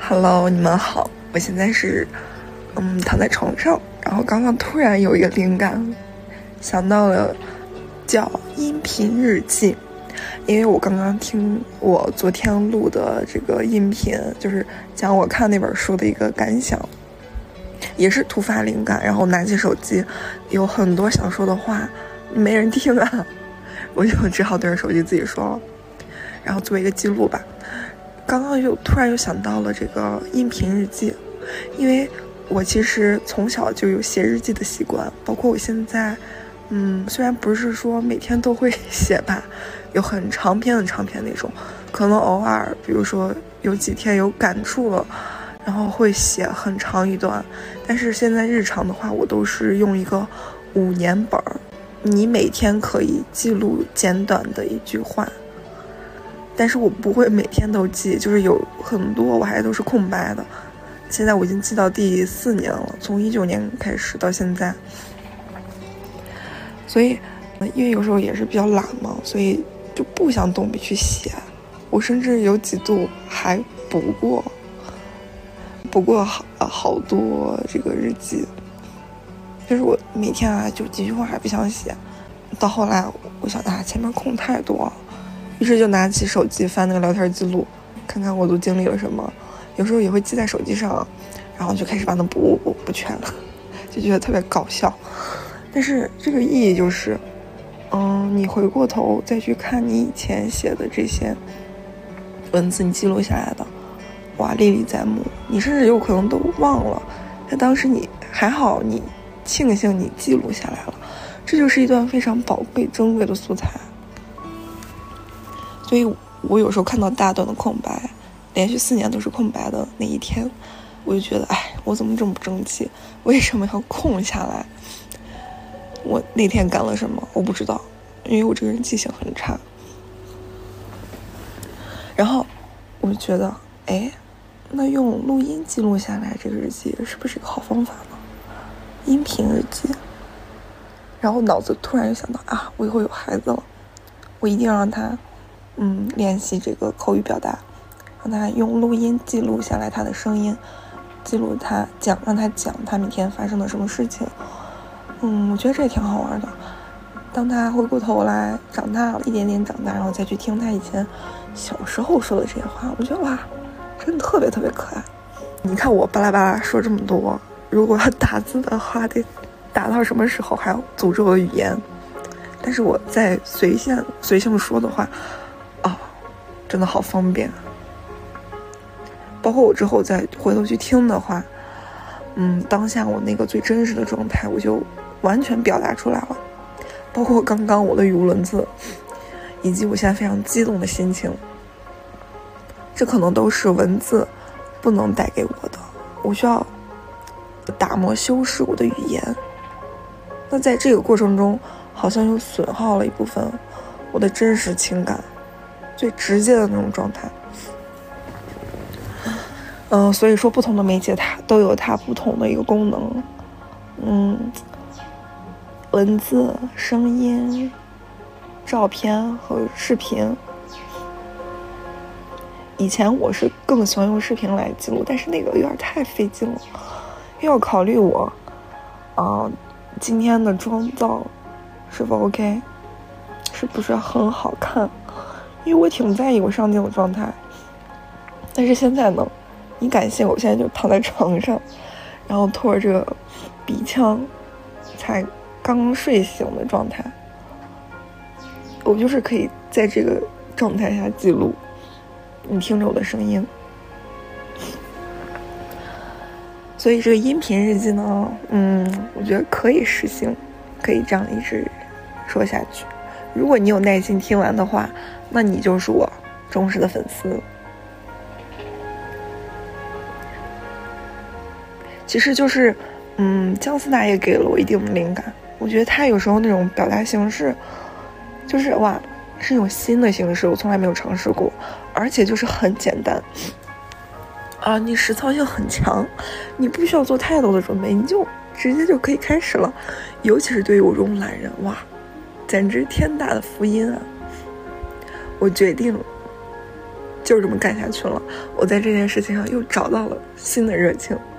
Hello， 你们好，我现在是躺在床上，然后刚刚突然有一个灵感，想到了叫音频日记。因为我刚刚听我昨天录的这个音频，就是讲我看那本书的一个感想，也是突发灵感，然后拿起手机，有很多想说的话没人听啊，我就只好对着手机自己说了，然后作为一个记录吧。刚刚突然想到了这个音频日记，因为我其实从小就有写日记的习惯，包括我现在虽然不是说每天都会写吧，有很长篇那种，可能偶尔比如说有几天有感触了，然后会写很长一段，但是现在日常的话我都是用一个5年本，你每天可以记录简短的一句话，但是我不会每天都记，就是有很多我还都是空白的。现在我已经记到第4年了，从19年开始到现在。所以因为有时候也是比较懒嘛，所以就不想动笔去写。我甚至有几度还补过好多这个日记，就是我每天就几句话还不想写，到后来我想前面空太多，于是就拿起手机翻那个聊天记录，看看我都经历了什么，有时候也会记在手机上，然后就开始把它补全了，就觉得特别搞笑。但是这个意义就是你回过头再去看你以前写的这些文字，你记录下来的，哇，历历在目，你甚至有可能都忘了，但当时你还好，你庆幸你记录下来了，这就是一段非常宝贵珍贵的素材。所以我有时候看到大段的空白，连续4年都是空白的那一天，我就觉得我怎么这么不争气，为什么要空下来？我那天干了什么我不知道，因为我这个人记性很差。然后我就觉得那用录音记录下来这个日记是不是一个好方法呢？音频日记。然后脑子突然就想到我以后有孩子了，我一定让他练习这个口语表达，让他用录音记录下来他的声音，记录他让他讲他每天发生的什么事情。我觉得这也挺好玩的。当他回过头来长大了，一点点长大，然后再去听他以前小时候说的这些话，我觉得哇，真的特别特别可爱。你看我巴拉巴拉说这么多，如果要打字的话，得打到什么时候？还要组织我的语言。但是我在随性说的话，真的好方便。包括我之后再回头去听的话，当下我那个最真实的状态，我就完全表达出来了。包括刚刚我的语无伦次，以及我现在非常激动的心情，这可能都是文字不能带给我的，我需要打磨修饰我的语言。那在这个过程中，好像又损耗了一部分我的真实情感，最直接的那种状态。所以说不同的媒介它都有它不同的一个功能。文字、声音、照片和视频。以前我是更喜欢用视频来记录，但是那个有点太费劲了，又要考虑我今天的妆造是否 OK， 是不是很好看，因为我挺在意我上镜的状态。但是现在呢，你感谢我现在就躺在床上，然后拖着这个鼻腔，才刚睡醒的状态，我就是可以在这个状态下记录，你听着我的声音。所以这个音频日记呢，我觉得可以实行，可以这样一直说下去。如果你有耐心听完的话，那你就是我忠实的粉丝。其实就是姜思达也给了我一定的灵感，我觉得他有时候那种表达形式就是是一种新的形式，我从来没有尝试过，而且就是很简单你实操性很强，你不需要做太多的准备，你就直接就可以开始了。尤其是对于我这种懒人，简直天大的福音啊！我决定就是这么干下去了。我在这件事情上又找到了新的热情。